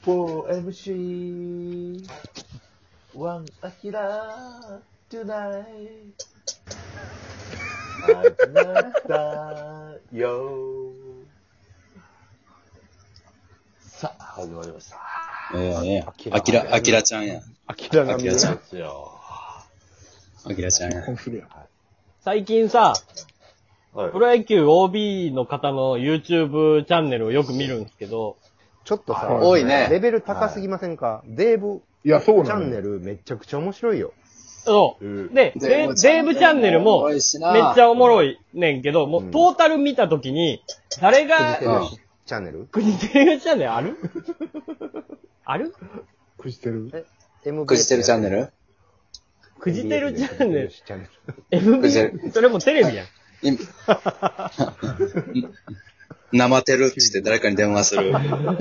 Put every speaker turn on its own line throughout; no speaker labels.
4MC ワンアキラ tonight 始まったよ。さあ始まりました。
あきらちゃんや。
アキラが見えるん
あきらちゃん
ですよ。
あきらちゃんや。
最近さ、
はい、
プロ野球 OB の方の YouTube チャンネルをよく見るんですけど、
ちょっとさ、
多いね。
レベル高すぎませんか、はい、デーブチャンネルめちゃくちゃ面白いよ。
そう。で、デーブチャンネルもめっちゃおもろいねんけど、もうトータル見たときに、誰が、
チャンネル
クジテルチャンネルあるある
クジテル
クジテルチャンネル
クジテルチャンネル MB、それもテレビやん。
生テルって言って誰かに電話する。や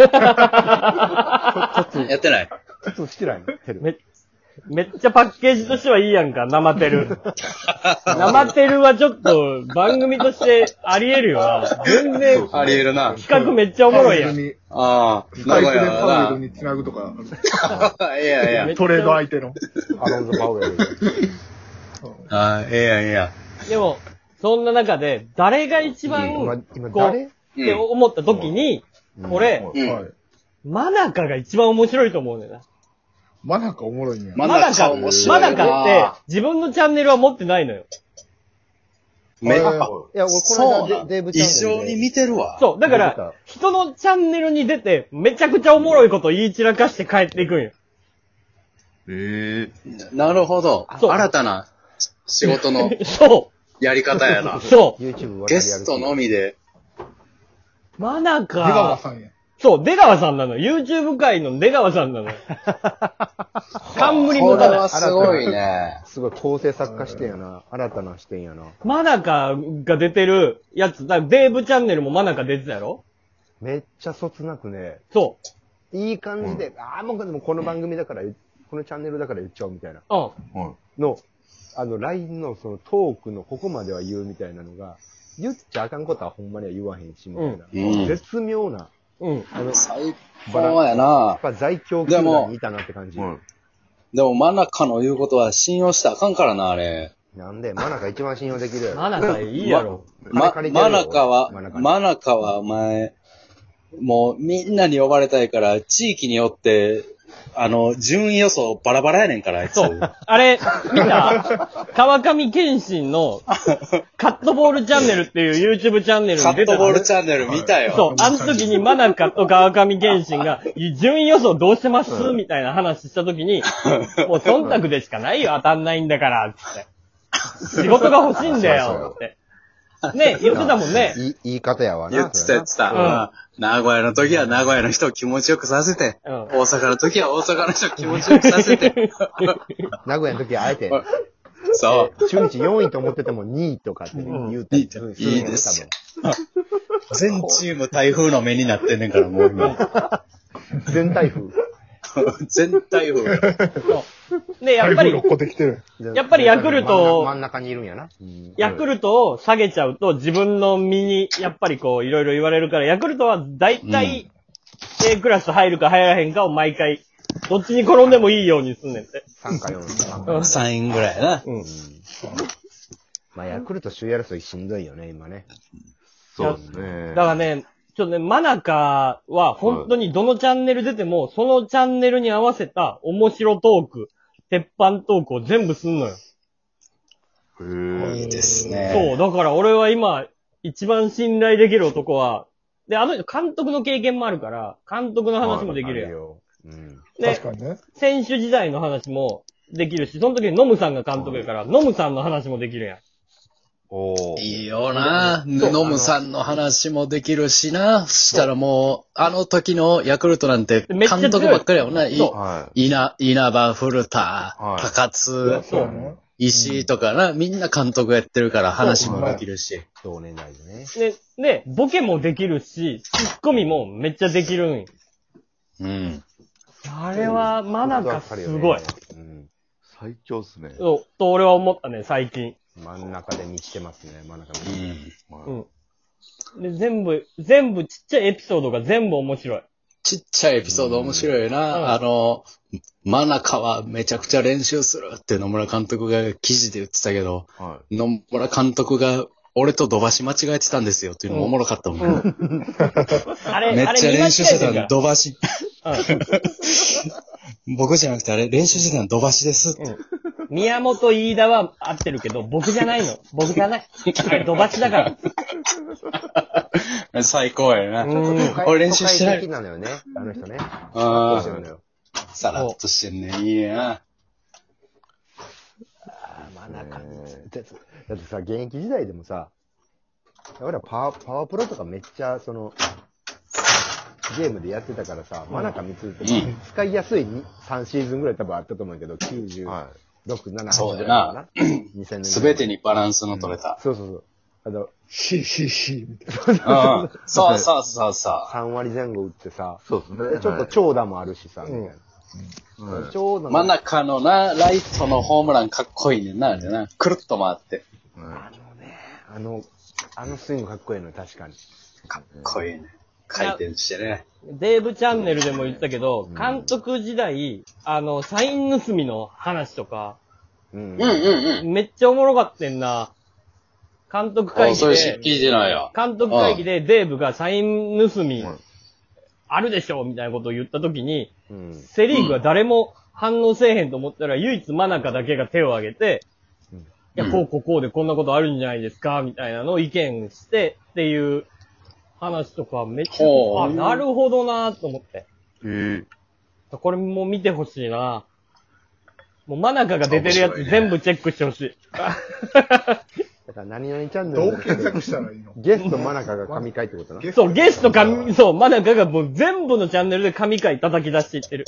ってない
してない
めっちゃパッケージとしてはいいやんか、生テル。生テルはちょっと番組としてあり得るよな。全然。
あり得るな。
企画めっちゃおもろいやん。
ああ、
名古屋パウエルに繋ぐとか。
いや。
トレード相手の。
アロンゾパウエル。
ああ、いや。
でも、そんな中で、誰が一番、こう、って思った時に、俺、マナカが一番面白いと思うねんな。
マナカおもろいんや。
マナカって自分のチャンネルは持ってないのよ。
いや、俺この間デーブチャンネル。
異常に見てるわ。
そう、だから、人のチャンネルに出て、めちゃくちゃおもろいこと言い散らかして帰っていくんよ。
なるほど。新たな仕事のやり方やな。
そう。
ゲストのみで。
マナカ。
出川さんや。
そう、出川さんなの。YouTube 界の出川さんなの。冠持たない。
これはすごいね。
すごい構成作家視点やな。新たな視点やな。
マナカが出てるやつ、だデーブチャンネルもマナカ出てたやろ？
めっちゃそつなくね。
そう。
いい感じで、もうでもこの番組だから、このチャンネルだから言っちゃおうみたいな。
の、
LINE のそのトークのここまでは言うみたいなのが、言っちゃあかんことはほんまには言わへんし、みたいな。絶妙な。
最高やな。
やっぱ在京空間にいたなって感じ。
でも真中の言うことは信用したらあかんからな、あれ。
なんで、真中一番信用できる。
真中いいやろ。
真中はお前、もうみんなに呼ばれたいから、地域によって、順位予想バラバラやねんから、あいつ。
そう。あれ、見た川上健信のカットボールチャンネルっていう YouTube チャンネルに出た。
カットボールチャンネル見たよ。
そう。あの時にマナカと川上健信が、順位予想どうしてますみたいな話した時に、もう忖度でしかないよ、当たんないんだから、つって。仕事が欲しいんだよ、って。ね、言ってたもんね。
言い方やわな。
言ってた。名古屋の時は名古屋の人を気持ちよくさせて、大阪の時は大阪の人を気持ちよくさせて。
名古屋の時はあえて、
そう。
中日4位と思ってても2位とかって言うて、
いいですよ。全チーム台風の目になってんねんから、もう今。
全台風。
全台風。
で、やっぱりヤクルト、
真ん中にいるんやな。
ヤクルトを下げちゃうと自分の身に、やっぱりこう、いろいろ言われるから、ヤクルトは大体、A クラス入るか入らへんかを毎回、どっちに転んでもいいようにすんねんって。
3か4か。
3位ぐらいやな。
まあ、ヤクルト首位争いしんどいよね、今ね。
そうですね。
だからね、ちょっとね、マナカは本当にどのチャンネル出ても、そのチャンネルに合わせた面白トーク、鉄板トークを全部すんのよ。
いいですね。
そう、だから俺は今、一番信頼できる男は、で、監督の経験もあるから、監督の話もできるやん。で、
確かにね。
選手時代の話もできるし、その時にノムさんが監督やから、ノムさんの話もできるやん。
いいよな。ノムさんの話もできるしな。したらもう、あの時のヤクルトなんて監督ばっかりやもんな。稲葉、古田、高津、石井とかな。みんな監督やってるから話もできるし。
同年代でね。
で、ボケもできるし、ツッコミもめっちゃできるん。あれは、マナカすごい。
最強っすね。
と俺は思ったね、最近。
真ん中で見してますね、真ん中で。
で、全部ちっちゃいエピソードが全部面白い。
ちっちゃいエピソード面白いよな。真中はめちゃくちゃ練習するって野村監督が記事で言ってたけど、野村監督が俺と土橋間違えてたんですよっていうのもおもろかったもん。
あれ、
めっちゃ練習してたの土橋。僕じゃなくてあれ練習してたの土橋ですって。
宮本飯田は合ってるけど、僕じゃないの。僕じゃない。あれ土橋だから。
最高やな。俺練習してない。
的なのよね、あの人ね。
さらっとしてんね。いいな。
真中だってさ、現役時代でもさ、俺らパワープロとかめっちゃ、ゲームでやってたからさ、真中光って使いやすい3シーズンぐらい多分あったと思うけど、96、7、8ぐらいかな。2000年。
すべてにバランスの取れた。
そう。
シーみたい
な。そう。
3割前後打ってさ、ちょっと長打もあるしさ、みたいな。
真中のな、ライトのホームランかっこいいねんな、あれな。くるっと回って。
あのスイングかっこいいの、確かに。
かっこいいね。回転してね。
デーブチャンネルでも言ったけど、監督時代、サイン盗みの話とか、めっちゃおもろかってんな。監督会議で、
そういう聞いてないよ。
監督会議でデーブがサイン盗み、あるでしょみたいなことを言ったときに、セリーグは誰も反応せえへんと思ったら、唯一真中だけが手を挙げて、いや、こうでこんなことあるんじゃないですかみたいなのを意見してっていう話とかめっちゃ、なるほどなと思って。これも見てほしいな。もう真中が出てるやつ全部チェックしてほしい。
だから何々チャンネル
どう検索したらいいの？
ゲスト真中が神回ってことな。
そう、ゲストそう、真中がもう全部のチャンネルで神回叩き出していってる。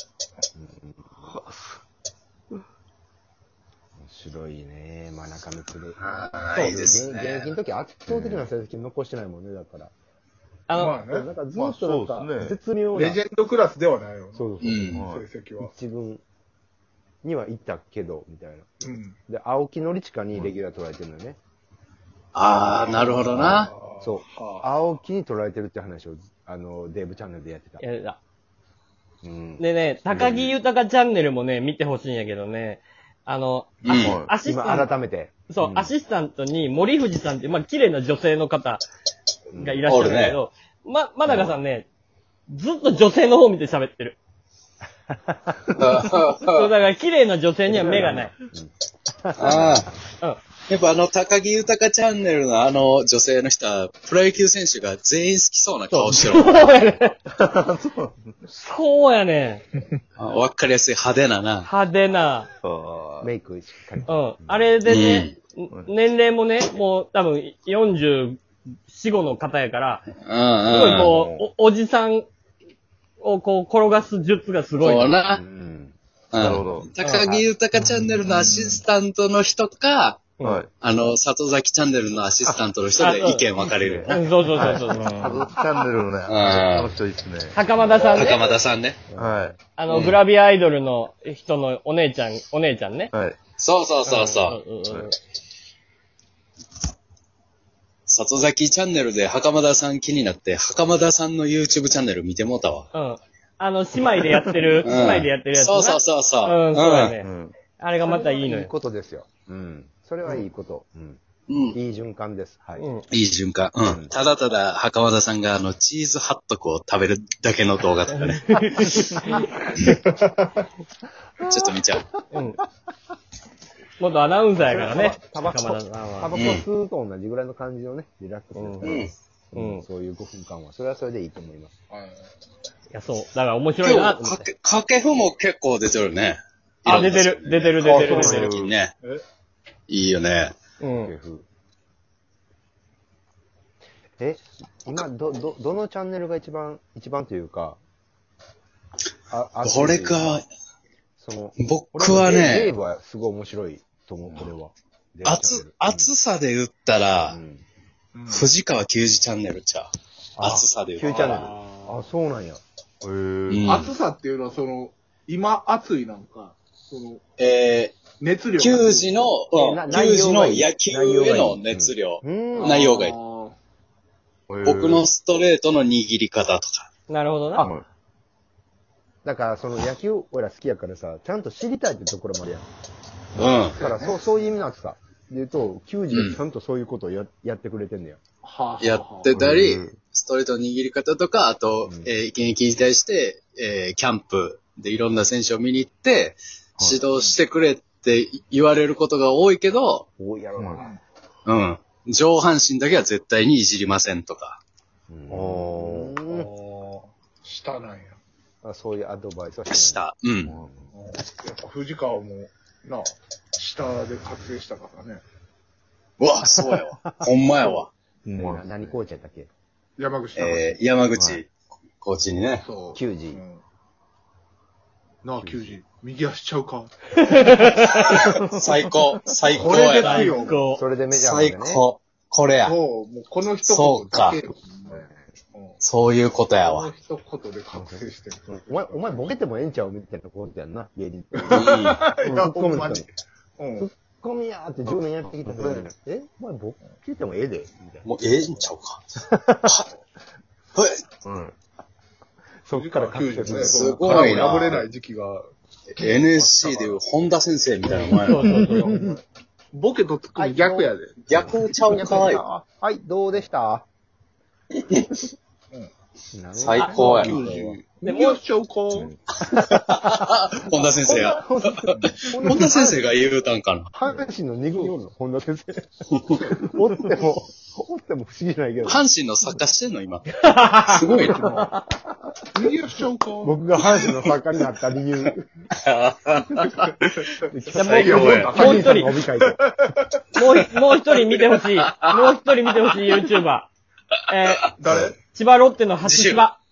面白いね、真中
光。いいですね。
現役の時圧倒的な成績残してないもんね、だから。なんかずっとなんか、絶妙な。
レジェンドクラスではないよ。
そう。
成績は。
一軍には行ったけど、みたいな。で、青木宣親にレギュラー取られてるのよね。
なるほどな。
そう。青木に取られてるって話を、デーブチャンネルでやってた。
でね、高木豊チャンネルもね、見てほしいんやけどね、アシスタント。
改めて。
そう、アシスタントに森藤さんって、綺麗な女性の方がいらっしゃるんだけど、真中さんね、ずっと女性の方見て喋ってる。そう、だから綺麗な女性には目がない。
やっぱ高木豊チャンネルの女性の人は、プロ野球選手が全員好きそうな顔してる。
そうやね。
わかりやすい派手なな。
派手な。
メイクしっかり。
あれでね、年齢もね、もう多分44、5の方やから、すごいこう、おじさんをこう転がす術がすごい。
そうな。
なるほど。
高木豊チャンネルのアシスタントの人か、里崎チャンネルのアシスタントの人で意見分かれる。
そう。
里崎チャンネルのね、あの人いいっすね。
袴田さんね。
袴田さんね。
はい。
グラビアアイドルの人のお姉ちゃんね。
はい。
そう。里崎チャンネルで袴田さん気になって、袴田さんの YouTube チャンネル見てもうたわ。
姉妹でやってるやつ。
そう。
そうだね。あれがまたいいのよ。
いいことですよ。それはいいこと。いい循環です。はい。
いい循環。ただただ、袴田さんがチーズハットクを食べるだけの動画とかね。ちょっと見ちゃう。
元アナウンサーやからね。
タバコ吸うと同じぐらいの感じのね、リラックスですから。そういう5分間は。それはそれでいいと思います。
いや、そう。だから面白いなと思って。
掛布も結構出てるね。
出てる。
最近ね。いいよね。
今、どのチャンネルが一番というか、
これか、僕はね、
デーブはすごい面白いと思う、これは。
熱さで言ったら、藤川球児チャンネルちゃう。熱さで言ったら。
球チャンネル。そうなんや。
熱さっていうのは、今熱いなんか、熱量。
球児の野球への熱量。内容がいい。僕のストレートの握り方とか。
なるほどな。
だからその野球、俺ら好きやからさ、ちゃんと知りたいってところまでやん。
うん。
だからそういう意味の熱さ。で言うと、球児がちゃんとそういうことをやってくれてんねや。
やってたり、ストレートの握り方とか、あと、現役に対して、キャンプでいろんな選手を見に行って、指導してくれって言われることが多いけど、
多いやろな。
うん。上半身だけは絶対にいじりませんとか。
したなんや。
そういうアドバイスは
した。うん。
やっぱ藤川も、な、下で活躍したからね。
うわ、そうやわ。ほんまやわ。
何コーチやったっけ？
山口
山口、コーチにね。
そう。
球児。
なあ、球児。右足ちゃうか。
最高。最高
これ
やな。
ですよ。
それでメジャーまでね。
最高。これや。
そう、もうこの一
そうか。そういうことやわ。
この一言で覚醒してる。
お前ボケてもええんちゃうみたいなことやんな、芸人って。
いや、ほんまに。
ツッコミやーって10年やってきたのに、お前ボケてもええでみたいな。
もうええんちゃうか。はい。
そっから
球児ね。
すごいな。
破れない時期が。
NSC でいう本田先生みたいなお前
ボケとツッコミ逆やで。
逆ちゃうかよ。
はい、どうでした
最高やな。
右足ちゃうか。
本田先生や。本田先生が言うたんかな。
阪神の2軍おるの、本田先生。おっても不思議ないけど。
阪神の作家してんの今。すごいな。
右足ちゃうか。
僕が阪神の作家になった理由。
もう一人見てほしい。YouTuber。
誰？
千葉ロッテの初芝。